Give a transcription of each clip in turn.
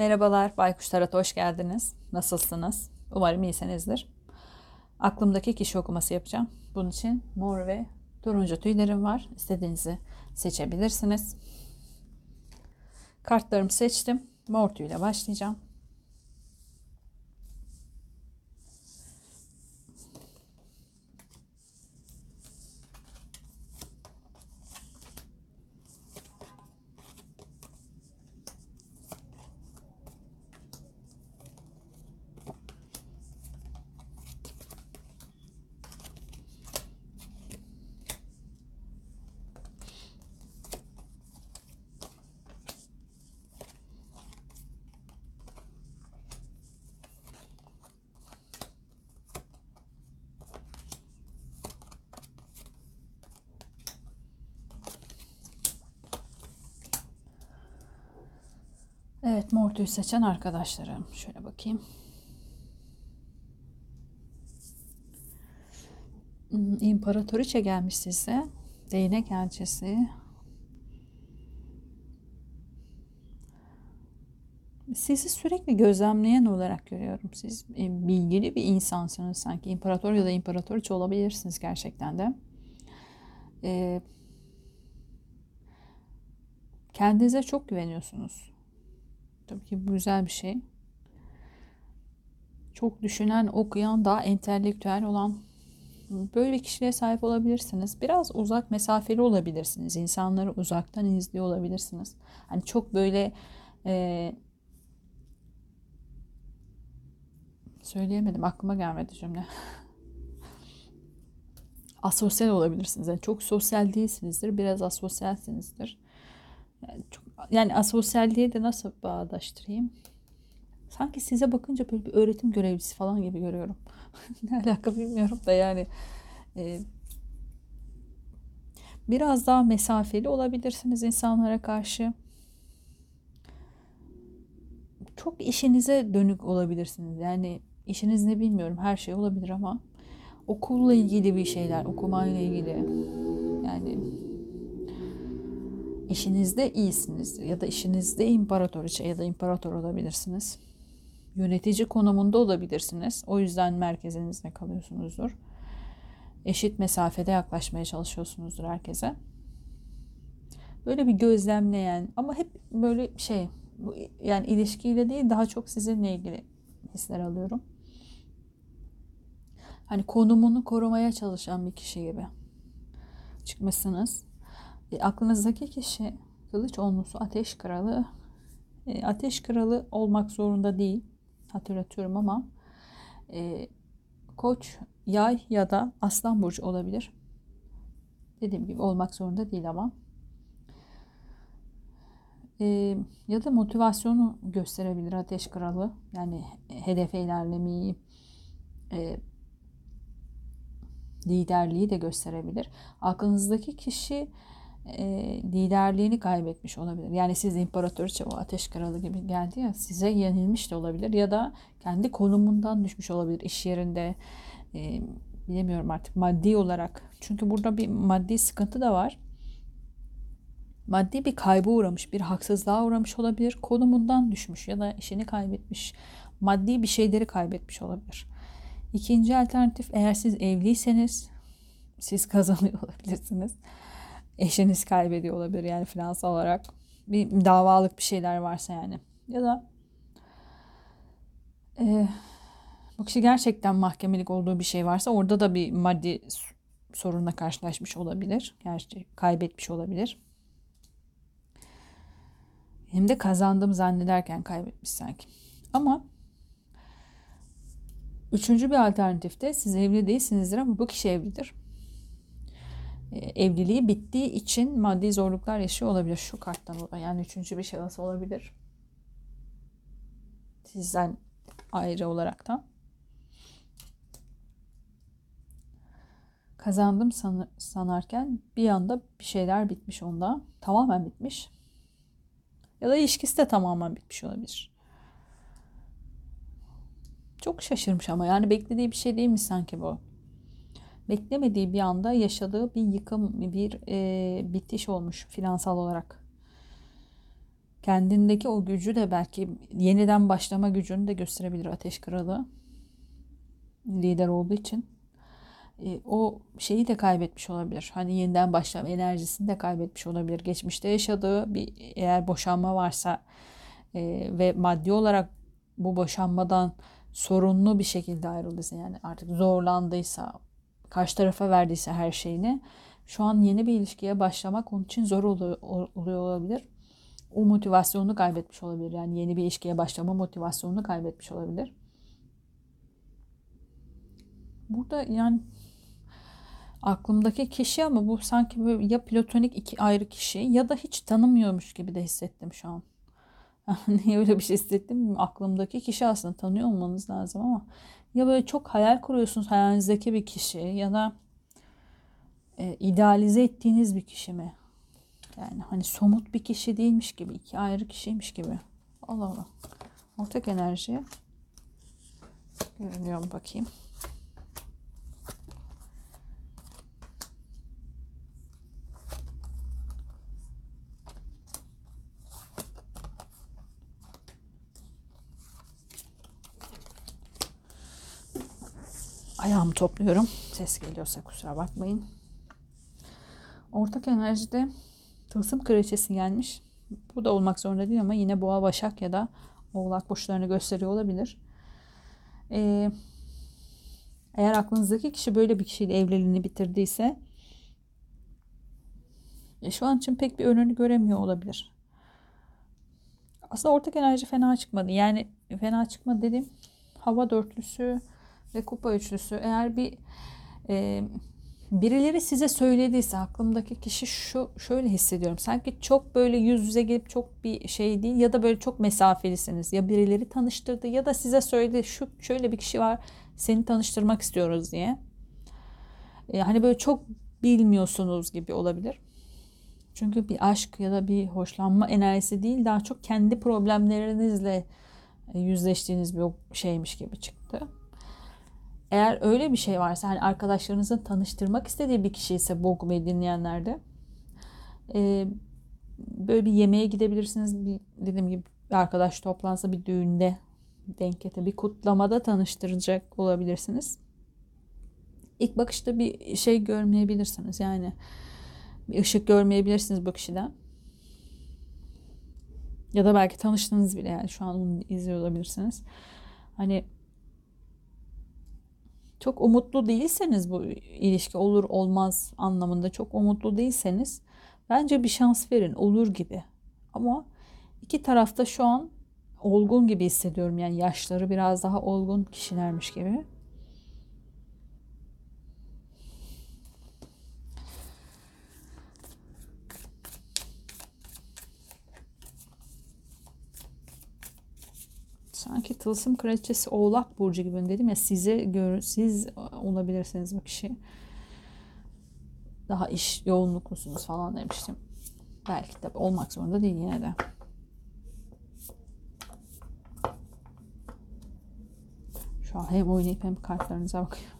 Merhabalar, Baykuş Tarot'a hoş geldiniz. Nasılsınız? Umarım iyisinizdir. Aklımdaki kişi okuması yapacağım. Bunun için mor ve turuncu tüylerim var. İstediğinizi seçebilirsiniz. Kartlarımı seçtim. Mor tüyle başlayacağım. Evet, mor tüy seçen arkadaşlarım. Şöyle bakayım. İmparatoriçe gelmiş size. Değnek elçisi. Sizi sürekli gözlemleyen olarak görüyorum. Siz bilgili bir insansınız sanki. İmparator ya da imparatoriçe olabilirsiniz gerçekten de. E, Kendinize çok güveniyorsunuz. Tabii ki bu güzel bir şey. Çok düşünen, okuyan, daha entelektüel olan böyle bir kişiliğe sahip olabilirsiniz. Biraz uzak mesafeli olabilirsiniz. İnsanları uzaktan izliyor olabilirsiniz. Hani çok böyle e, söyleyemedim, aklıma gelmedi cümle. Asosyal olabilirsiniz. Yani çok sosyal değilsinizdir, biraz asosyalsinizdir. Yani asosyalliği de nasıl bağdaştırayım? Sanki size bakınca böyle bir öğretim görevlisi falan gibi görüyorum. Ne alaka bilmiyorum da yani e, biraz daha mesafeli olabilirsiniz insanlara karşı. Çok işinize dönük olabilirsiniz. Yani işiniz ne bilmiyorum, her şey olabilir ama okulla ilgili bir şeyler, okumayla ilgili yani işinizde iyisinizdir ya da işinizde imparatoriçe ya da imparator olabilirsiniz. Yönetici konumunda olabilirsiniz. O yüzden merkezinizde kalıyorsunuzdur. Eşit mesafede yaklaşmaya çalışıyorsunuzdur herkese. Böyle bir gözlemleyen ama hep böyle şey, yani ilişkiyle değil, daha çok sizinle ilgili hisler alıyorum. Hani konumunu korumaya çalışan bir kişi gibi çıkmışsınız. Aklınızdaki kişi kılıç onlusu, ateş kralı. Ateş kralı olmak zorunda değil. Hatırlatıyorum ama Koç, Yay ya da Aslan burcu olabilir. Dediğim gibi olmak zorunda değil ama ya da motivasyonu gösterebilir Ateş Kralı. Yani hedefe ilerlemeyi, e, liderliği de gösterebilir. Aklınızdaki kişi liderliğini kaybetmiş olabilir. Yani siz imparatoriçe, o Ateş Kralı gibi geldi ya, size yenilmiş de olabilir ya da kendi konumundan düşmüş olabilir iş yerinde. E, Bilemiyorum artık maddi olarak. Çünkü burada bir maddi sıkıntı da var. Maddi bir kayba uğramış, bir haksızlığa uğramış olabilir. Konumundan düşmüş ya da işini kaybetmiş. Maddi bir şeyleri kaybetmiş olabilir. İkinci alternatif, eğer siz evliyseniz siz kazanıyor olabilirsiniz. Eşiniz kaybediyor olabilir yani finansal olarak. Bir davalık bir şeyler varsa yani. Ya da e, bu kişi gerçekten mahkemelik olduğu bir şey varsa orada da bir maddi sorunla karşılaşmış olabilir. Gerçi kaybetmiş olabilir. Hem de kazandım zannederken kaybetmiş sanki. Ama üçüncü bir alternatifte siz evli değilsinizdir ama bu kişi evlidir. Evliliği bittiği için maddi zorluklar yaşıyor olabilir şu karttan dolayı. Yani üçüncü bir şahıs olabilir. Sizden ayrı olaraktan. Kazandım sanarken bir anda bir şeyler bitmiş onda. Tamamen bitmiş. Ya da ilişkisi de tamamen bitmiş olabilir. Çok şaşırmış ama yani beklediği bir şey değil mi sanki bu? Beklemediği bir anda yaşadığı bir yıkım, bir bitiş olmuş finansal olarak. Kendindeki o gücü de belki yeniden başlama gücünü de gösterebilir Ateş Kralı. Lider olduğu için. O şeyi de kaybetmiş olabilir. Hani yeniden başlama enerjisini de kaybetmiş olabilir. Geçmişte yaşadığı bir eğer boşanma varsa ve maddi olarak bu boşanmadan sorunlu bir şekilde ayrıldıysa, yani artık zorlandıysa, karşı tarafa verdiyse her şeyini, şu an yeni bir ilişkiye başlamak onun için zor oluyor olabilir. O motivasyonunu kaybetmiş olabilir. Yani yeni bir ilişkiye başlama motivasyonunu kaybetmiş olabilir. Burada yani aklımdaki kişi, ama bu sanki böyle ya platonik iki ayrı kişi ya da hiç tanımıyormuş gibi de hissettim şu an. Niye öyle bir şey hissettim? Aklımdaki kişi aslında tanıyor olmanız lazım ama ya böyle çok hayal kuruyorsunuz, hayalinizdeki bir kişi ya da idealize ettiğiniz bir kişi mi? Yani hani somut bir kişi değilmiş gibi, iki ayrı kişiymiş gibi. Allah Allah. Ortak enerjiye görünüyor mu bakayım. Ayağımı topluyorum. Ses geliyorsa kusura bakmayın. Ortak enerjide tılsım kraliçesi gelmiş. Bu da olmak zorunda değil ama yine boğa, başak ya da oğlak burçlarını gösteriyor olabilir. Eğer aklınızdaki kişi böyle bir kişiyle evliliğini bitirdiyse şu an için pek bir önünü göremiyor olabilir. Aslında ortak enerji fena çıkmadı. Yani fena çıkmadı dediğim, hava dörtlüsü ve kupa üçlüsü. Eğer e, birileri size söylediyse, aklımdaki kişi şöyle hissediyorum. Sanki çok böyle yüz yüze gelip çok bir şey değil ya da böyle çok mesafelisiniz. Ya birileri tanıştırdı ya da size söyledi, şöyle bir kişi var, seni tanıştırmak istiyoruz diye. Hani böyle çok bilmiyorsunuz gibi olabilir. Çünkü bir aşk ya da bir hoşlanma enerjisi değil, daha çok kendi problemlerinizle yüzleştiğiniz bir şeymiş gibi çıktı. Eğer öyle bir şey varsa, hani arkadaşlarınızın tanıştırmak istediği bir kişi ise, bu okumayı dinleyenlerde böyle bir yemeğe gidebilirsiniz. Dediğim gibi bir arkadaş toplansa, bir düğünde denk getir, bir kutlamada tanıştıracak olabilirsiniz. İlk bakışta bir şey görmeyebilirsiniz. Yani bir ışık görmeyebilirsiniz bu kişiden. Ya da belki tanıştınız bile, yani şu an onu izliyor olabilirsiniz. Hani çok umutlu değilseniz, bu ilişki olur olmaz anlamında çok umutlu değilseniz, bence bir şans verin, olur gibi. Ama iki tarafta şu an olgun gibi hissediyorum. Yani yaşları biraz daha olgun kişilermiş gibi. Sanki tılsım kraliçesi Oğlak burcu gibi dedim ya, siz olabilirsiniz bu kişi. Daha iş yoğunluklusunuz falan demiştim. Belki de olmak zorunda değil yine de. Şu an hem oynayıp hem kartlarınıza bakıyorum.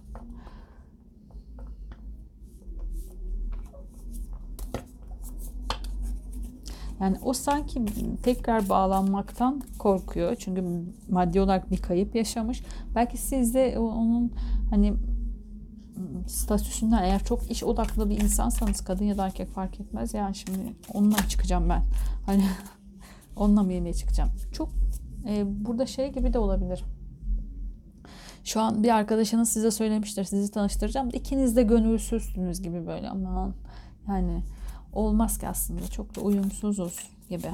Yani o sanki tekrar bağlanmaktan korkuyor. Çünkü maddi olarak bir kayıp yaşamış. Belki siz de onun hani statüsünden, eğer çok iş odaklı bir insansanız, kadın ya da erkek fark etmez. Yani şimdi onunla mı çıkacağım ben? Hani onunla mı yemeğe çıkacağım? Çok burada şey gibi de olabilir. Şu an bir arkadaşınız size söylemiştir, sizi tanıştıracağım. İkiniz de gönülsüzsünüz gibi böyle, aman yani olmaz ki aslında, çok da uyumsuzuz gibi.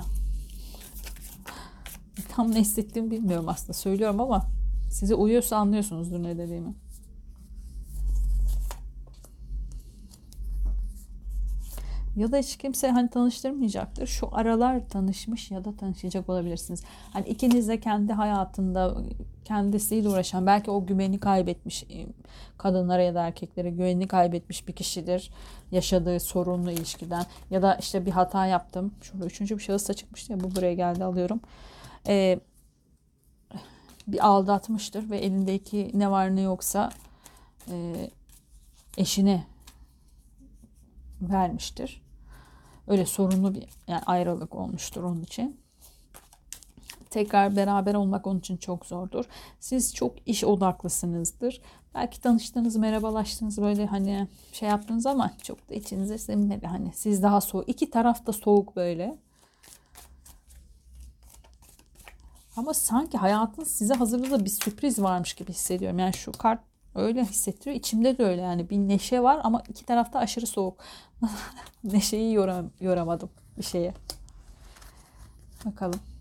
Tam ne hissettiğimi bilmiyorum aslında, söylüyorum ama size uyuyorsa anlıyorsunuzdur ne dediğimi. Ya da hiç kimse hani tanıştırmayacaktır. Şu aralar tanışmış ya da tanışacak olabilirsiniz. Hani ikiniz de kendi hayatında kendisiyle uğraşan, belki o güveni kaybetmiş, kadınlara ya da erkeklere güvenini kaybetmiş bir kişidir. Yaşadığı sorunlu ilişkiden ya da işte bir hata yaptım. Şurada üçüncü bir şahıs da çıkmıştı ya, bu buraya geldi, alıyorum. Ee, Bir aldatmıştır ve elindeki ne var ne yoksa e, eşine vermiştir. Öyle sorunlu bir yani ayrılık olmuştur onun için. Tekrar beraber olmak onun için çok zordur. Siz çok iş odaklısınızdır. Belki tanıştınız, merhabalaştınız, böyle hani şey yaptınız ama çok da içinize sinmedi. Hani siz daha soğuk. İki taraf da soğuk böyle. Ama sanki hayatın size hazırladığı bir sürpriz varmış gibi hissediyorum. Yani şu kart öyle hissettiriyor. İçimde de öyle yani. Bir neşe var ama iki tarafta aşırı soğuk. Neşeyi yoramadım bir şeye. Bakalım.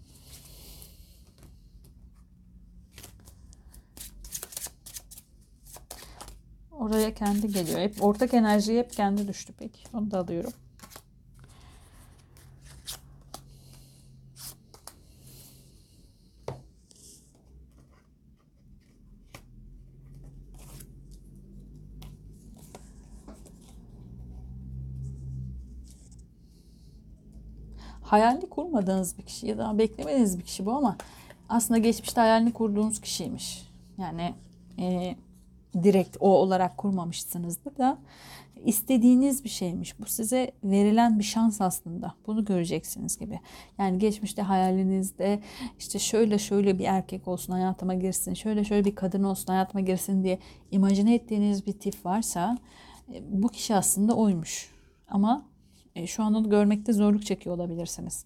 Oraya kendi geliyor. Hep ortak enerjiye hep kendi düştü peki. Onu da alıyorum. Hayalini kurmadığınız bir kişi ya da beklemediğiniz bir kişi bu ama aslında geçmişte hayalini kurduğunuz kişiymiş. Yani direkt o olarak kurmamışsınızdır da istediğiniz bir şeymiş. Bu size verilen bir şans aslında. Bunu göreceksiniz gibi. Yani geçmişte hayalinizde işte şöyle şöyle bir erkek olsun hayatıma girsin, şöyle şöyle bir kadın olsun hayatıma girsin diye imajine ettiğiniz bir tip varsa bu kişi aslında oymuş. Ama şu an onu görmekte zorluk çekiyor olabilirsiniz.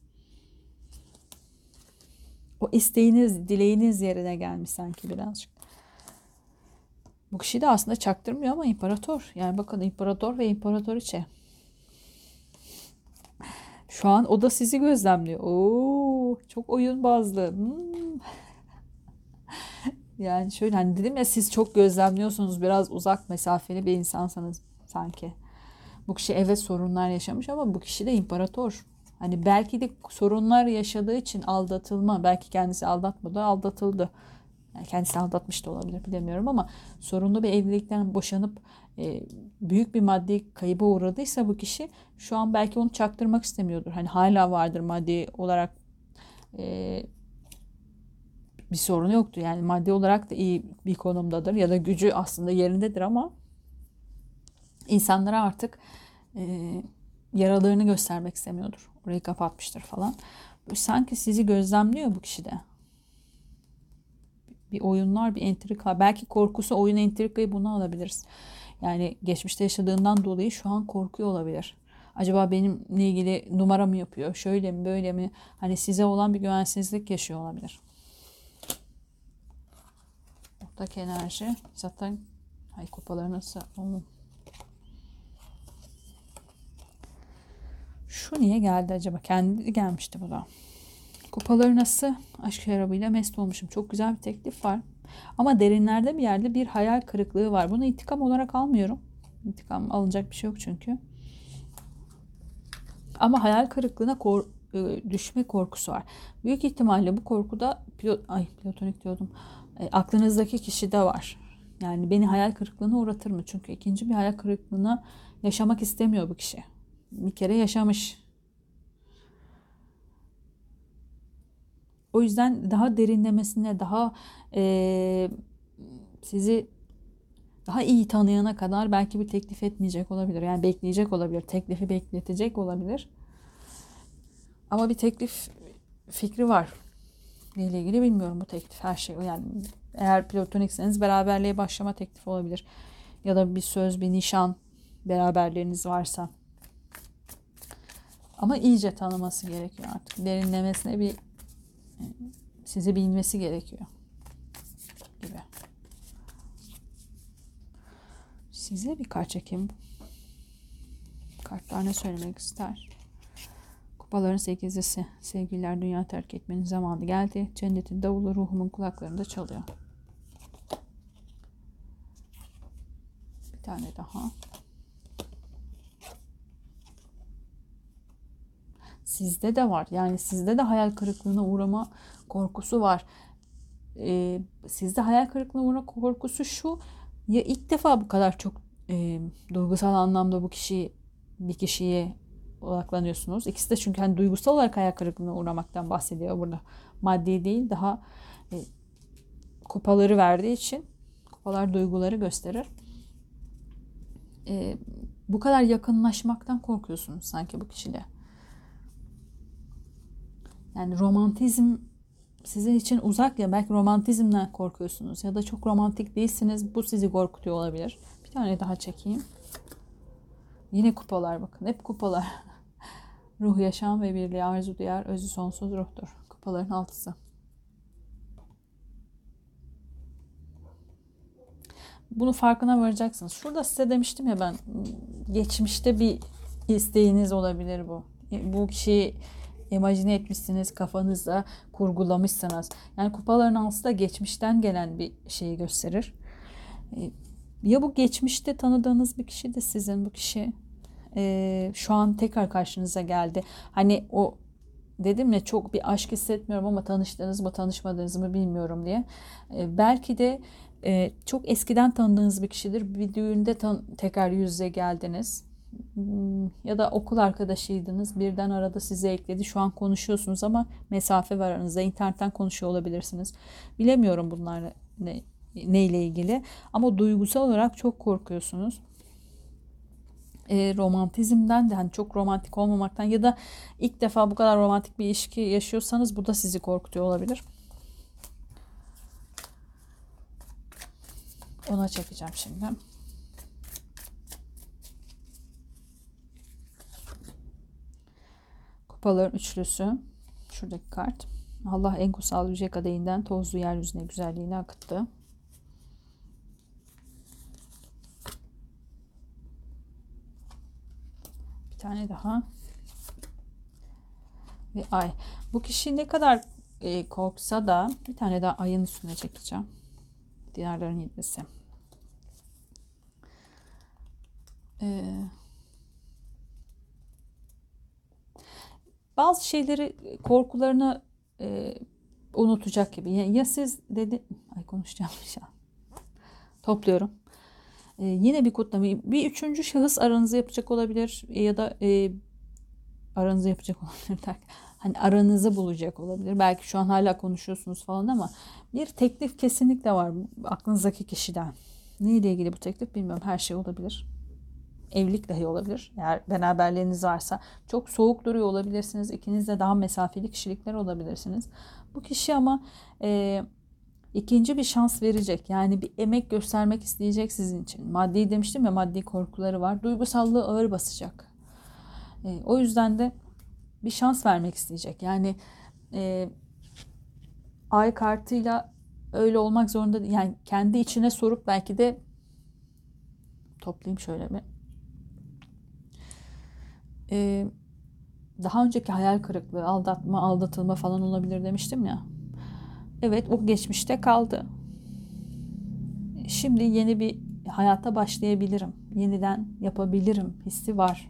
O isteğiniz, dileğiniz yerine gelmiş sanki birazcık. Bu kişi de aslında çaktırmıyor ama imparator. Yani bakın imparator ve imparatoriçe. Şu an o da sizi gözlemliyor. Oo, çok oyun bazlı. Yani şöyle hani dedim ya siz çok gözlemliyorsunuz. Biraz uzak mesafeli bir insansınız sanki. Bu kişi evet sorunlar yaşamış ama bu kişi de imparator. Hani belki de sorunlar yaşadığı için aldatılma. Belki kendisi aldatmadı, aldatıldı. Yani kendisi aldatmış da olabilir bilemiyorum ama sorunlu bir evlilikten boşanıp büyük bir maddi kayıba uğradıysa bu kişi şu an belki onu çaktırmak istemiyordur. Hani hala vardır maddi olarak e, bir sorunu yoktu. Yani maddi olarak da iyi bir konumdadır ya da gücü aslında yerindedir ama insanlara artık yaralarını göstermek istemiyordur. Orayı kapatmıştır falan. Böyle sanki sizi gözlemliyor bu kişi de. Bir oyunlar, bir entrika. Belki korkusu oyun entrikayı buna alabiliriz. Yani geçmişte yaşadığından dolayı şu an korkuyor olabilir. Acaba benimle ilgili numara mı yapıyor? Şöyle mi böyle mi? Hani size olan bir güvensizlik yaşıyor olabilir. Ortak enerji. Zaten ay kupaları nasıl? Şu niye geldi acaba? Kendi gelmişti bu da. Kupaları nasıl? Aşk şarabıyla mest olmuşum. Çok güzel bir teklif var. Ama derinlerde bir yerde bir hayal kırıklığı var. Bunu intikam olarak almıyorum. İntikam alınacak bir şey yok çünkü. Ama hayal kırıklığına düşme korkusu var. Büyük ihtimalle bu korku da platonik diyordum. Aklınızdaki kişide var. Yani beni hayal kırıklığına uğratır mı? Çünkü ikinci bir hayal kırıklığına yaşamak istemiyor bu kişi. Bir kere yaşamış. O yüzden daha derinlemesine, daha sizi daha iyi tanıyana kadar belki bir teklif etmeyecek olabilir. Yani bekleyecek olabilir. Teklifi bekletecek olabilir. Ama bir teklif fikri var. Neyle ilgili bilmiyorum bu teklif. Her şey yani eğer platonikseniz beraberliğe başlama teklifi olabilir. Ya da bir söz, bir nişan beraberliğiniz varsa. Ama iyice tanıması gerekiyor artık. Derinlemesine bir sizi bilmesi gerekiyor gibi. Size bir kart çekeyim. Kartlar ne söylemek ister? Kupaların 8'lisi. Sevgililer dünya terk etmenin zamanı geldi. Cennetin davulu ruhumun kulaklarında çalıyor. Bir tane daha. Sizde de var. Yani sizde de hayal kırıklığına uğrama korkusu var. Sizde hayal kırıklığına uğrama korkusu şu. Ya ilk defa bu kadar çok duygusal anlamda bir kişiye odaklanıyorsunuz. İkisi de çünkü hani duygusal olarak hayal kırıklığına uğramaktan bahsediyor burada. Maddi değil daha kupaları verdiği için kupalar duyguları gösterir. Bu kadar yakınlaşmaktan korkuyorsunuz sanki bu kişiyle. Yani romantizm sizin için uzak, ya belki romantizmden korkuyorsunuz ya da çok romantik değilsiniz. Bu sizi korkutuyor olabilir. Bir tane daha çekeyim. Yine kupalar, bakın hep kupalar. Ruh, yaşam ve birliği arzu duyar, özü sonsuz ruhtur. Kupaların altısı. Bunu farkına varacaksınız. Şurada size demiştim ya ben, geçmişte bir isteğiniz olabilir bu. Bu kişiyi imajine etmişsiniz, kafanızda kurgulamışsınız. Yani kupaların altısı da geçmişten gelen bir şeyi gösterir. Ya bu geçmişte tanıdığınız bir kişi de sizin, bu kişi şu an tekrar karşınıza geldi. Hani o dedim ya, çok bir aşk hissetmiyorum ama tanıştınız mı tanışmadınız mı bilmiyorum diye. Belki de çok eskiden tanıdığınız bir kişidir. Bir düğünde tekrar yüz yüze geldiniz. Ya da okul arkadaşıydınız. Birden arada sizi ekledi. Şu an konuşuyorsunuz ama mesafe var aranızda. İnternetten konuşuyor olabilirsiniz. Bilemiyorum bunlar neyle ilgili. Ama duygusal olarak çok korkuyorsunuz. Romantizmden de, hani çok romantik olmamaktan ya da ilk defa bu kadar romantik bir ilişki yaşıyorsanız bu da sizi korkutuyor olabilir. Ona çekeceğim şimdi. Kupaların üçlüsü. Şuradaki kart. Allah en kutsal yüce kadehinden tozlu yeryüzüne güzelliğini akıttı. Bir tane daha. Ve ay. Bu kişi ne kadar korksa da bir tane daha ayın üstüne çekeceğim. Dinarların yedisi. Bazı şeyleri, korkularını unutacak gibi. Ya siz dedi, ay konuşacağım ya. Topluyorum. Yine bir kutlama, bir üçüncü şahıs aranızı yapacak olabilir ya da aranızı yapacak olabilir derken, hani aranızı bulacak olabilir. Belki şu an hala konuşuyorsunuz falan ama bir teklif kesinlikle var aklınızdaki kişiden. Neyle ilgili bu teklif bilmiyorum. Her şey olabilir. Evlilik dahi olabilir. Eğer beraberliğiniz varsa çok soğuk duruyor olabilirsiniz. İkiniz de daha mesafeli kişilikler olabilirsiniz. Bu kişi ama ikinci bir şans verecek. Yani bir emek göstermek isteyecek sizin için. Maddi demiştim ya, maddi korkuları var. Duygusallığı ağır basacak. O yüzden de bir şans vermek isteyecek. Yani ay kartıyla öyle olmak zorunda değil. Yani kendi içine sorup belki de toplayayım şöyle bir. Daha önceki hayal kırıklığı, aldatma, aldatılma falan olabilir demiştim ya. Evet, o geçmişte kaldı. Şimdi yeni bir hayata başlayabilirim. Yeniden yapabilirim hissi var.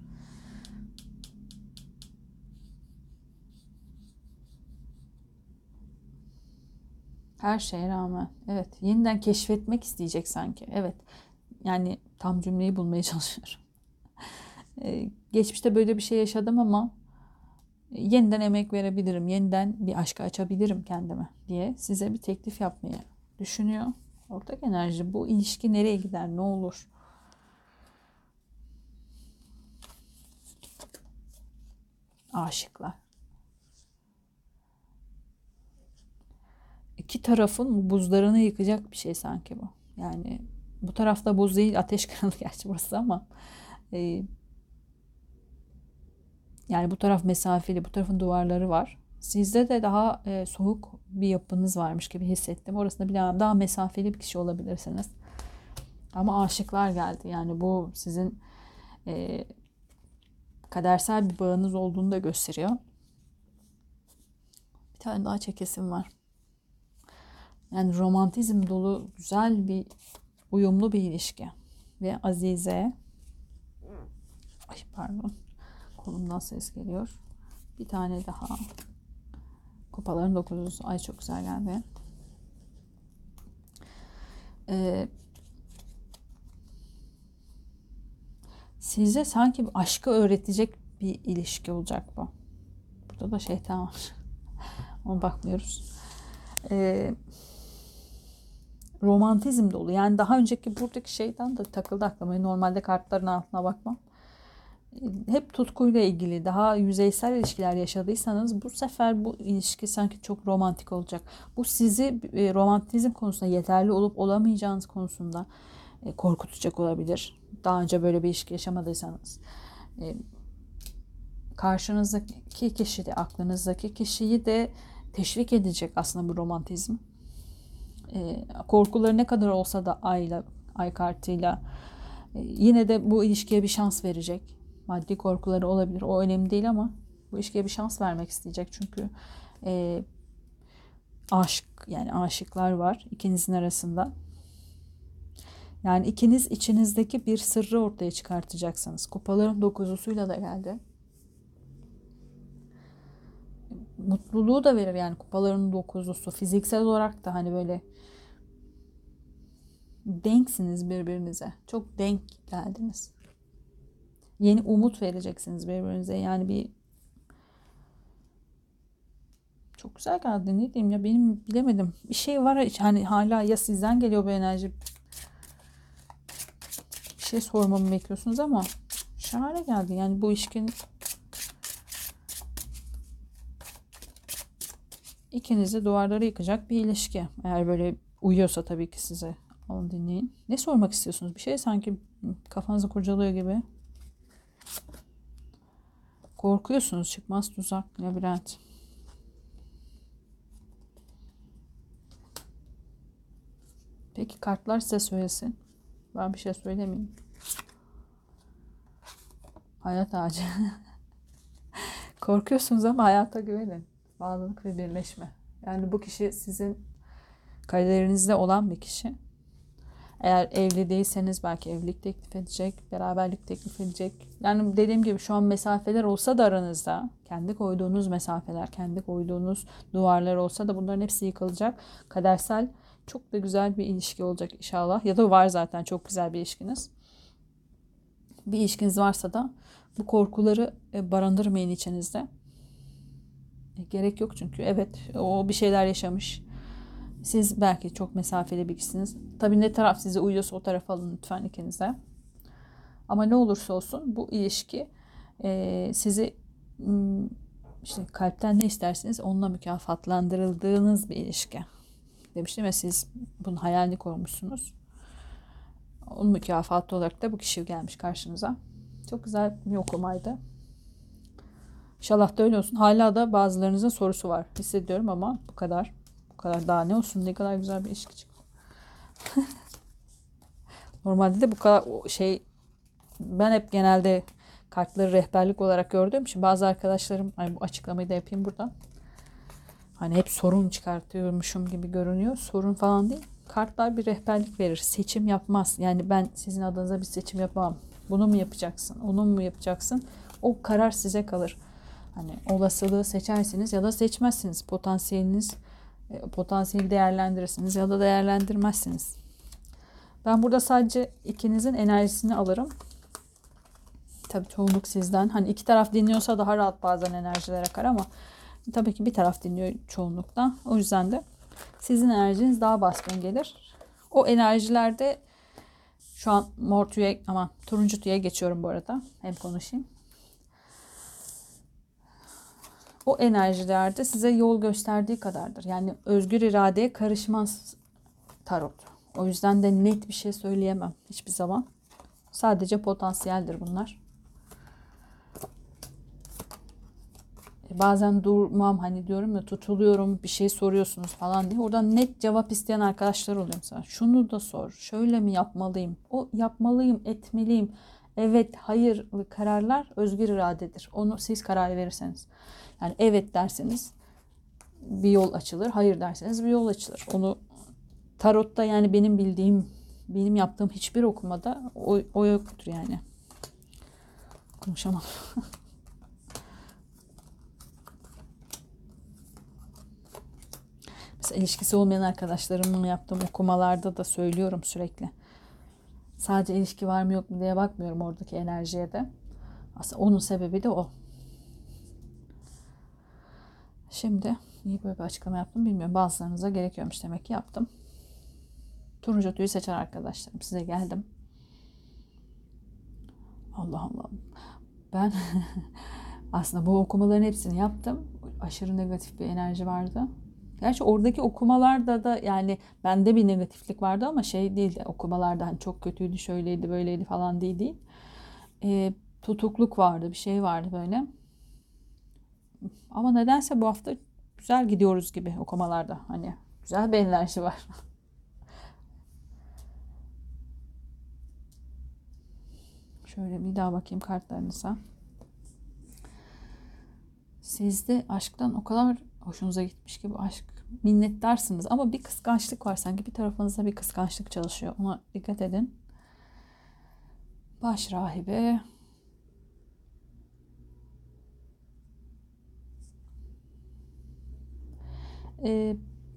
Her şeye rağmen. Evet, yeniden keşfetmek isteyecek sanki. Evet. Yani tam cümleyi bulmaya çalışıyorum. Geçmişte böyle bir şey yaşadım ama yeniden emek verebilirim. Yeniden bir aşka açabilirim kendime diye size bir teklif yapmayı düşünüyor. Ortak enerji, bu ilişki nereye gider, ne olur? Aşıklar. İki tarafın buzlarını yıkacak bir şey sanki bu. Yani bu tarafta buz değil, ateş kralı gerçi burası ama e, yani bu taraf mesafeli, bu tarafın duvarları var. Sizde de daha soğuk bir yapınız varmış gibi hissettim. Orasında bir daha mesafeli bir kişi olabilirsiniz. Ama aşıklar geldi. Yani bu sizin e, kadersel bir bağınız olduğunu da gösteriyor. Bir tane daha çekesim var. Yani romantizm dolu güzel bir, uyumlu bir ilişki. Ve Azize, ay pardon, kolumdan ses geliyor. Bir tane daha. Kupaların dokuzlusu. Ay çok güzel geldi. Size sanki aşkı öğretecek bir ilişki olacak bu. Burada da şeytan var. Ona bakmıyoruz. Romantizm dolu. Yani daha önceki buradaki şeytan da takıldı aklıma. Normalde kartların altına bakmam. hep tutkuyla ilgili daha yüzeysel ilişkiler yaşadıysanız bu sefer bu ilişki sanki çok romantik olacak. Bu sizi romantizm konusunda yeterli olup olamayacağınız konusunda korkutacak olabilir. Daha önce böyle bir ilişki yaşamadıysanız. Karşınızdaki kişi de, aklınızdaki kişiyi de teşvik edecek aslında bu romantizm. Korkuları ne kadar olsa da ay kartıyla yine de bu ilişkiye bir şans verecek. Maddi korkuları olabilir. O önemli değil ama bu ilişkiye bir şans vermek isteyecek. Çünkü aşk, yani aşıklar var ikinizin arasında. Yani ikiniz içinizdeki bir sırrı ortaya çıkartacaksınız. Kupaların dokuzusuyla da geldi. Mutluluğu da verir yani kupaların dokuzusu. Fiziksel olarak da hani böyle denksiniz birbirinize. Çok denk geldiniz. Yeni umut vereceksiniz birbirinize. Yani bir çok güzel geldi. Ne diyeyim ya, benim bilemedim. Bir şey var hani hala, ya sizden geliyor bu enerji. Bir şey sormamı bekliyorsunuz ama şahane geldi. Yani bu ilişkin ikinizi duvarları yıkacak bir ilişki. Eğer böyle uyuyorsa tabii ki size. Alın dinleyin. Ne sormak istiyorsunuz? Bir şey sanki kafanızı kurcalıyor gibi. Korkuyorsunuz. Çıkmaz tuzak, labirent. Peki kartlar size söylesin. Ben bir şey söylemeyeyim. Hayat ağacı. Korkuyorsunuz ama hayata güvenin. Bağlılık ve birleşme. Yani bu kişi sizin kaderinizde olan bir kişi. Eğer evli değilseniz belki evlilik teklif edecek, beraberlik teklif edecek. Yani dediğim gibi şu an mesafeler olsa da aranızda, kendi koyduğunuz mesafeler, kendi koyduğunuz duvarlar olsa da bunların hepsi yıkılacak. Kadersel çok da güzel bir ilişki olacak inşallah. Ya da var zaten çok güzel bir ilişkiniz. Bir ilişkiniz varsa da bu korkuları barındırmayın içinizde. Gerek yok çünkü evet o bir şeyler yaşamış. Siz belki çok mesafeli bir kişisiniz. Tabii ne taraf size uyuyorsa o tarafa alın lütfen ikinize. Ama ne olursa olsun bu ilişki sizi işte kalpten ne isterseniz onunla mükafatlandırıldığınız bir ilişki. Demiştim ya, siz bunun hayalini kurmuşsunuz. Onun mükafatı olarak da bu kişi gelmiş karşınıza. Çok güzel bir okumaydı. İnşallah da öyle olsun. Hala da bazılarınızın sorusu var hissediyorum ama bu kadar. Bu kadar daha ne olsun, ne kadar güzel bir ilişki çıktı. Normalde de bu kadar şey, ben hep genelde kartları rehberlik olarak gördüğüm için bazı arkadaşlarım, hani bu açıklamayı da yapayım buradan. Hani hep sorun çıkartıyormuşum gibi görünüyor. Sorun falan değil. Kartlar bir rehberlik verir. Seçim yapmaz. Yani ben sizin adınıza bir seçim yapamam. Bunu mu yapacaksın? Onu mu yapacaksın? O karar size kalır. Hani olasılığı seçersiniz ya da seçmezsiniz. Potansiyeli değerlendirirsiniz ya da değerlendirmezsiniz. Ben burada sadece ikinizin enerjisini alırım. Tabii çoğunluk sizden. Hani iki taraf dinliyorsa daha rahat bazen enerjiler akar ama tabii ki bir taraf dinliyor çoğunlukla. O yüzden de sizin enerjiniz daha baskın gelir. O enerjilerde şu an turuncu tüye geçiyorum bu arada. Hem konuşayım. O enerjilerde size yol gösterdiği kadardır. Yani özgür iradeye karışmaz tarot. O yüzden de net bir şey söyleyemem hiçbir zaman. Sadece potansiyeldir bunlar. Bazen durmam, hani diyorum ya, tutuluyorum, bir şey soruyorsunuz falan diye. Oradan net cevap isteyen arkadaşlar oluyor mesela. Şunu da sor. Şöyle mi yapmalıyım? O yapmalıyım, etmeliyim. Evet, hayırlı kararlar özgür iradedir. Onu siz karar verirseniz. Yani evet derseniz bir yol açılır. Hayır derseniz bir yol açılır. Onu tarotta, yani benim bildiğim, benim yaptığım hiçbir okumada o yoktur yani. Konuşamam. Mesela ilişkisi olmayan arkadaşlarımla yaptığım okumalarda da söylüyorum sürekli. Sadece ilişki var mı yok mu diye bakmıyorum oradaki enerjiye de. Aslında onun sebebi de o. Şimdi niye böyle bir açıklama yaptım bilmiyorum. Bazılarınıza gerekiyormuş demek ki, yaptım. Turuncu tüyü seçen arkadaşlarım, size geldim. Allah Allah. Ben aslında bu okumaların hepsini yaptım. Aşırı negatif bir enerji vardı. Gerçi oradaki okumalarda da yani bende bir negatiflik vardı ama şey değildi. Okumalarda hani çok kötüydü, şöyleydi, böyleydi falan değil. Tutukluk vardı, bir şey vardı böyle. Ama nedense bu hafta güzel gidiyoruz gibi okumalarda. Hani güzel bir enerji var. Şöyle bir daha bakayım kartlarınıza. Sizde aşktan o kadar hoşunuza gitmiş ki bu aşk. Minnettarsınız ama bir kıskançlık var sanki. Bir tarafınızda bir kıskançlık çalışıyor. Ona dikkat edin. Baş rahibe. Ee,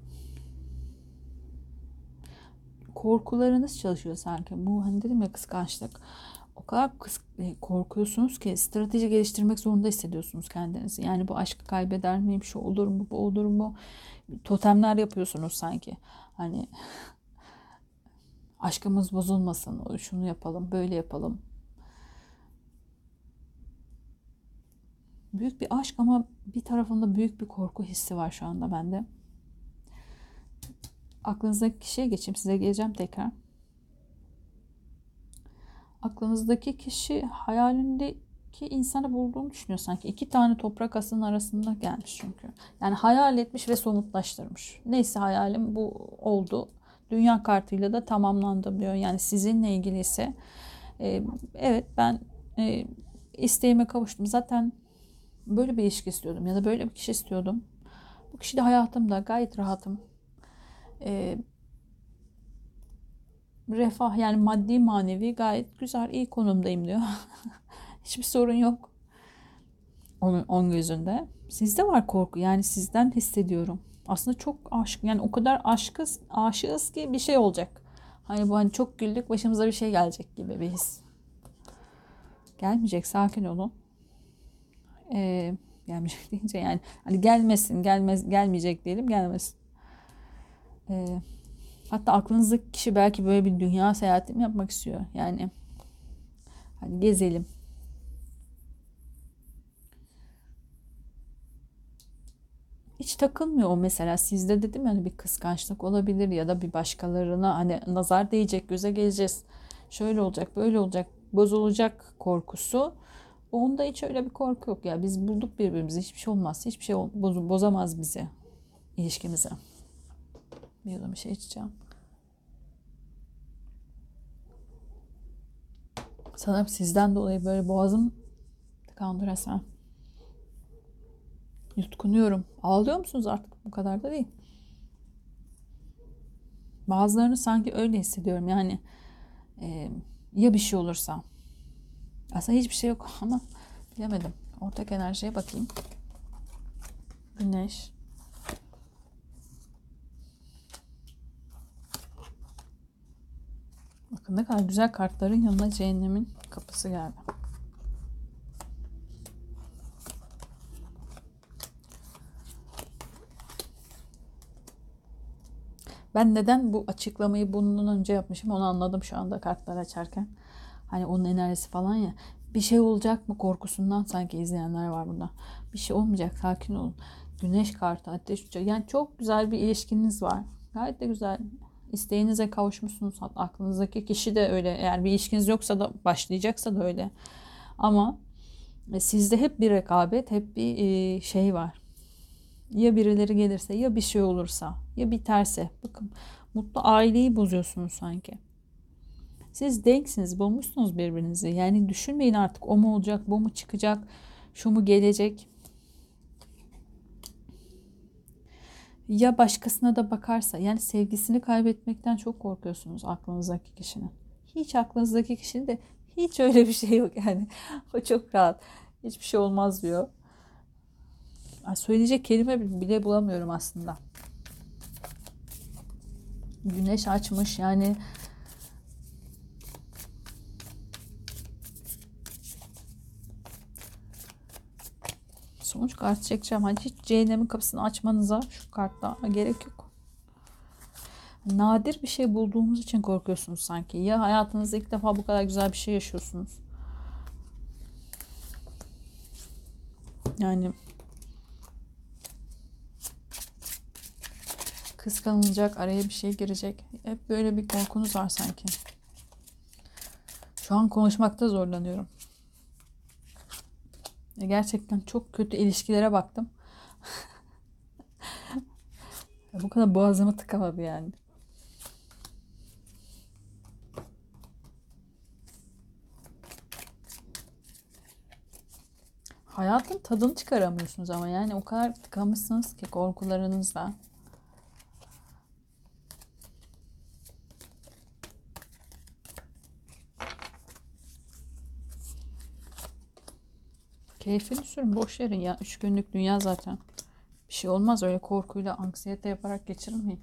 Korkularınız çalışıyor sanki. Bu hani dedim ya kıskançlık. O kadar korkuyorsunuz ki strateji geliştirmek zorunda hissediyorsunuz kendinizi. Yani bu aşkı kaybeder miyim? Şu olur mu? Bu olur mu? Totemler yapıyorsunuz sanki. Hani aşkımız bozulmasın. Şunu yapalım, böyle yapalım. Büyük bir aşk ama bir tarafında büyük bir korku hissi var şu anda bende. Aklınızdaki kişiye geçeyim. Size geleceğim tekrar. Aklınızdaki kişi hayalindeki insanı bulduğunu düşünüyor sanki. İki tane toprak asının arasında gelmiş çünkü. Yani hayal etmiş ve somutlaştırmış. Neyse hayalim bu oldu. Dünya kartıyla da tamamlandı diyor. Yani sizinle ilgili ise evet ben isteğime kavuştum. Zaten böyle bir ilişki istiyordum ya da böyle bir kişi istiyordum. Bu kişi de hayatımda gayet rahatım. E, Refah yani maddi manevi gayet güzel iyi konumdayım diyor. Hiçbir sorun yok onun gözünde. Sizde var korku yani sizden hissediyorum. Aslında çok aşk yani o kadar aşığız ki bir şey olacak. Hani bu hani çok güldük başımıza bir şey gelecek gibi bir his. Gelmeyecek sakin olun. Gelmeyecek deyince yani hani gelmesin gelmeyecek diyelim gelmesin. Ee, Hatta aklınızdaki kişi belki böyle bir dünya seyahati mi yapmak istiyor. Yani hani gezelim. Hiç takılmıyor o mesela. Sizde dedim yani bir kıskançlık olabilir ya da bir başkalarına hani nazar değecek, göze geleceğiz. Şöyle olacak, böyle olacak, bozulacak korkusu. Onda hiç öyle bir korku yok ya. Biz bulduk birbirimizi. Hiçbir şey olmaz. Hiçbir şey bozamaz bizi, ilişkimizi. Bir yudum bir şey içeceğim. Sanırım sizden dolayı böyle boğazım tıkandı resmen. Yutkunuyorum. Ağlıyor musunuz artık? Bu kadar da değil. Bazılarını sanki öyle hissediyorum. Yani e, ya bir şey olursa. Aslında hiçbir şey yok ama bilemedim. Ortak enerjiye bakayım. Güneş. Bakın ne kadar güzel kartların yanına cehennemin kapısı geldi. Ben neden bu açıklamayı bundan önce yapmışım onu anladım şu anda kartlar açarken. Hani onun enerjisi falan ya. Bir şey olacak mı korkusundan sanki izleyenler var burada. Bir şey olmayacak sakin olun. Güneş kartı, ateş uçağı. Yani çok güzel bir ilişkiniz var. Gayet de güzel. İsteğinize kavuşmuşsunuz. Aklınızdaki kişi de öyle. Eğer bir ilişkiniz yoksa da başlayacaksa da öyle. Ama sizde hep bir rekabet, hep bir şey var. Ya birileri gelirse, ya bir şey olursa, ya biterse. Bakın mutlu aileyi bozuyorsunuz sanki. Siz denksiniz, bulmuşsunuz birbirinizi. Yani düşünmeyin artık o mu olacak, bu mu çıkacak, şu mu gelecek. Ya başkasına da bakarsa, yani sevgisini kaybetmekten çok korkuyorsunuz aklınızdaki kişinin. Hiç aklınızdaki kişinin de hiç öyle bir şey yok yani. O çok rahat. Hiçbir şey olmaz diyor. Söyleyecek kelime bile bulamıyorum aslında. Güneş açmış yani sonuç kartı çekeceğim. Hani hiç cehennemin kapısını açmanıza şu kartta gerek yok. Nadir bir şey bulduğunuz için korkuyorsunuz sanki. Ya hayatınızda ilk defa bu kadar güzel bir şey yaşıyorsunuz. Yani kıskanılacak, araya bir şey girecek. Hep böyle bir korkunuz var sanki. Şu an konuşmakta zorlanıyorum. Gerçekten çok kötü ilişkilere baktım. Bu kadar boğazımı tıkamadı yani. Hayatın tadını çıkaramıyorsunuz ama yani o kadar tıkamışsınız ki korkularınızla. Keyfini sürün, boş verin ya. 3 günlük dünya zaten. Bir şey olmaz, öyle korkuyla, anksiyete yaparak geçirmeyin.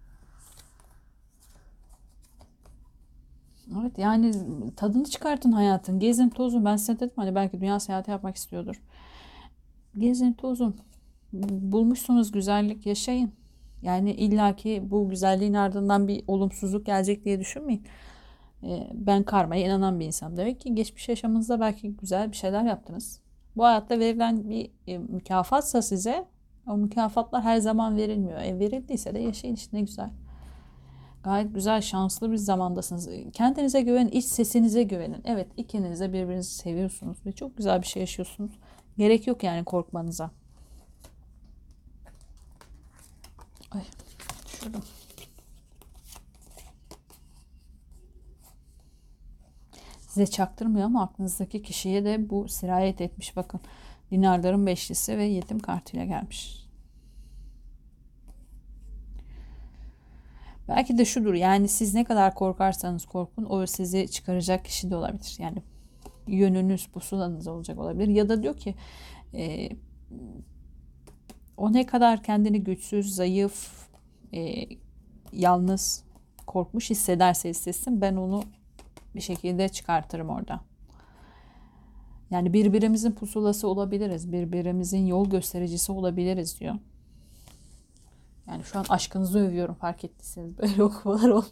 Evet yani tadını çıkartın hayatın. Gezin tozun. Ben size dedim hani belki dünya seyahati yapmak istiyordur. Gezin tozun. Bulmuşsunuz güzellik, yaşayın. Yani illaki bu güzelliğin ardından bir olumsuzluk gelecek diye düşünmeyin. Ben karmaya inanan bir insanım. Demek ki geçmiş yaşamınızda belki güzel bir şeyler yaptınız. Bu hayatta verilen bir mükafatsa size, o mükafatlar her zaman verilmiyor. Verildiyse de yaşayın işte, ne güzel. Gayet güzel, şanslı bir zamandasınız. Kendinize güvenin, iç sesinize güvenin. Evet, ikiniz de birbirinizi seviyorsunuz ve çok güzel bir şey yaşıyorsunuz. Gerek yok yani korkmanıza. Ay, düşürdüm. Size çaktırmıyor ama aklınızdaki kişiye de bu sirayet etmiş. Bakın, dinarların beşlisi ve yetim kartıyla gelmiş. Belki de şudur, yani siz ne kadar korkarsanız korkun, o sizi çıkaracak kişi de olabilir. Yani yönünüz, pusulanız olacak olabilir. Ya da diyor ki e, o ne kadar kendini güçsüz, zayıf, e, yalnız, korkmuş hissederse hissetsin, ben onu bir şekilde çıkartırım orada. Yani birbirimizin pusulası olabiliriz, birbirimizin yol göstericisi olabiliriz diyor. Yani şu an aşkınızı övüyorum, fark ettiyseniz böyle okumalar olmuyor.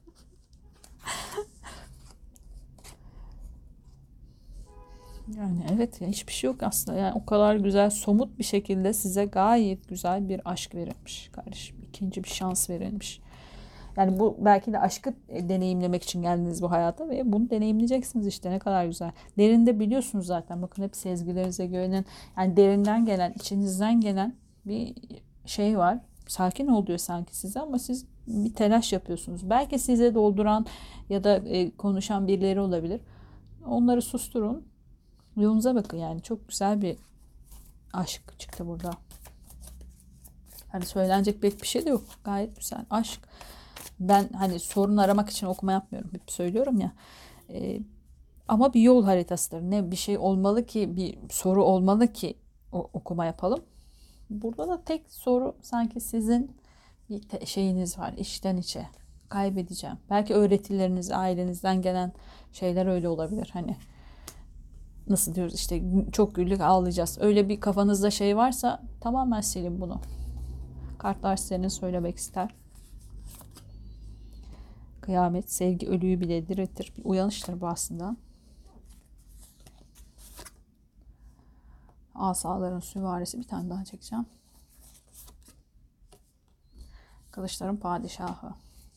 Yani evet ya, hiçbir şey yok aslında. Yani o kadar güzel, somut bir şekilde size gayet güzel bir aşk verilmiş kardeşim. İkinci bir şans verilmiş. Yani bu belki de aşkı deneyimlemek için geldiniz bu hayata ve bunu deneyimleyeceksiniz işte, ne kadar güzel. Derinde biliyorsunuz zaten, bakın hep sezgilerinize güvenin. Yani derinden gelen, içinizden gelen bir şey var. Sakin ol diyor sanki size ama siz bir telaş yapıyorsunuz. Belki size dolduran ya da konuşan birileri olabilir. Onları susturun. Yolunuza bakın yani. Çok güzel bir aşk çıktı burada. Hani söylenecek pek bir şey de yok. Gayet güzel. Aşk. Ben hani sorun aramak için okuma yapmıyorum. Hep söylüyorum ya. Ee, ama bir yol haritasıdır. Ne bir şey olmalı ki, bir soru olmalı ki okuma yapalım. Burada da tek soru sanki sizin bir şeyiniz var. İçten içe. Kaybedeceğim. Belki öğretileriniz, ailenizden gelen şeyler öyle olabilir. Hani nasıl diyoruz işte, çok güldük ağlayacağız. Öyle bir kafanızda şey varsa tamamen silin bunu. Kartlar size söylemek ister? Kıyamet, sevgi ölüyü bile diriltir. Bir uyanıştır bu aslında. Asaların süvarisi, bir tane daha çekeceğim. Kılıçların padişahı.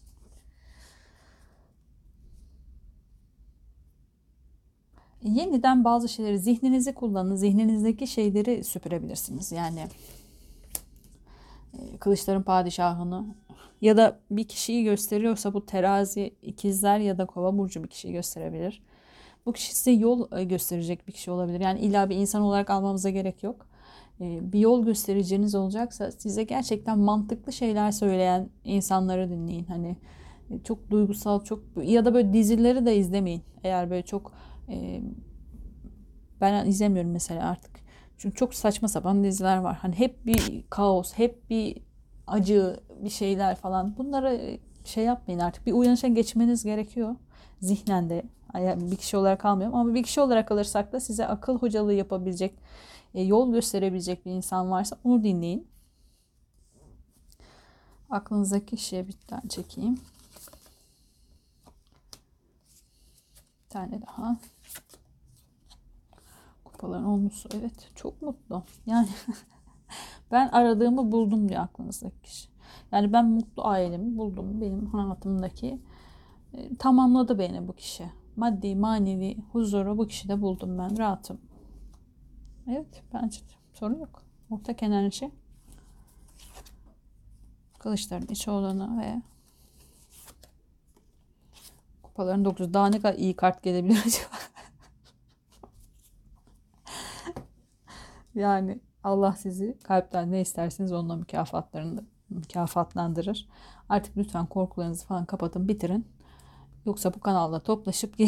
Yeniden bazı şeyleri, zihninizi kullanın. Zihninizdeki şeyleri süpürebilirsiniz. Yani kılıçların padişahını ya da bir kişiyi gösteriyorsa, bu terazi, ikizler ya da kova burcu bir kişiyi gösterebilir. Bu kişi size yol gösterecek bir kişi olabilir. Yani illa bir insan olarak almamıza gerek yok. Bir yol göstericiniz olacaksa size gerçekten mantıklı şeyler söyleyen insanları dinleyin. Hani çok duygusal, çok ya da böyle dizileri de izlemeyin. Eğer böyle çok ben izlemiyorum mesela artık. Çünkü çok saçma sapan diziler var. Hani hep bir kaos, hep bir acı, bir şeyler falan. Bunları şey yapmayın artık. Bir uyanışa geçmeniz gerekiyor. Zihnen de. Yani bir kişi olarak kalmıyorum ama bir kişi olarak alırsak da size akıl hocalığı yapabilecek, yol gösterebilecek bir insan varsa onu dinleyin. Aklınızdaki kişiye bir tane çekeyim. Bir tane daha. Kupaların olmuşsa evet çok mutlu. Yani ben aradığımı buldum diyor aklınızdaki kişi. Yani ben mutlu ailemi buldum. Benim hayatımdaki tamamladı beni bu kişi. Maddi manevi huzuru bu kişide buldum ben. Rahatım. Evet bence de sorun yok. Ortak enerji. Kılıçların iç olanı ve kupaların 9. Daha ne kadar iyi kart gelebilir acaba? Yani Allah sizi kalpten ne isterseniz onunla mükafatlandırır. Artık lütfen korkularınızı falan kapatın, bitirin. Yoksa bu kanalda toplaşıp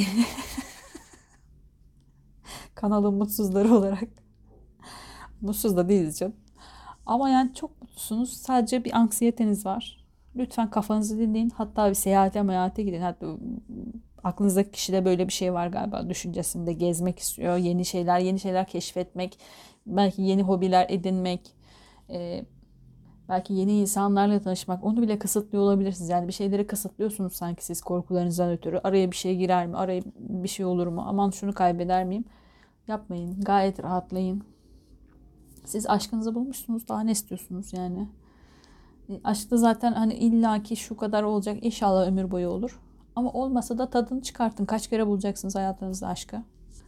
kanalın mutsuzları olarak mutsuz da değiliz canım. Ama yani çok mutlusunuz. Sadece bir anksiyeteniz var. Lütfen kafanızı dinleyin. Hatta bir seyahate gidin. Hatta aklınızdaki kişide böyle bir şey var galiba. Düşüncesinde gezmek istiyor. Yeni şeyler keşfetmek. Belki yeni hobiler edinmek. e, Belki yeni insanlarla tanışmak. Onu bile kısıtlıyor olabilirsiniz. Yani bir şeyleri kısıtlıyorsunuz sanki siz korkularınızdan ötürü. Araya bir şey girer mi? Araya bir şey olur mu? Aman şunu kaybeder miyim? Yapmayın. Gayet rahatlayın. Siz aşkınızı bulmuşsunuz. Daha ne istiyorsunuz yani? Aşkta zaten hani illaki şu kadar olacak. İnşallah ömür boyu olur. Ama olmasa da tadını çıkartın. Kaç kere bulacaksınız hayatınızda aşkı?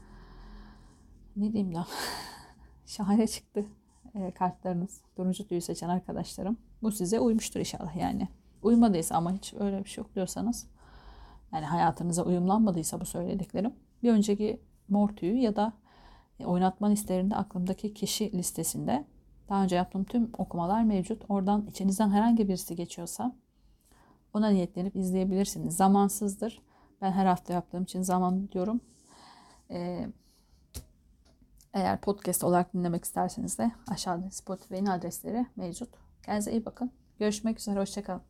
Ne diyeyim daha? Şahane çıktı kartlarınız. Turuncu tüyü seçen arkadaşlarım. Bu size uymuştur inşallah yani. Uymadıysa ama hiç öyle bir şey yok diyorsanız. Yani hayatınıza uyumlanmadıysa bu söylediklerim. Bir önceki mor tüyü ya da oynatma listelerinde aklımdaki kişi listesinde daha önce yaptığım tüm okumalar mevcut. Oradan içinizden herhangi birisi geçiyorsa ona niyetlenip izleyebilirsiniz. Zamansızdır. Ben her hafta yaptığım için zaman diyorum. Ee, Eğer podcast olarak dinlemek isterseniz de aşağıda Spotify'ın adresleri mevcut. Kendinize iyi bakın. Görüşmek üzere. Hoşçakalın.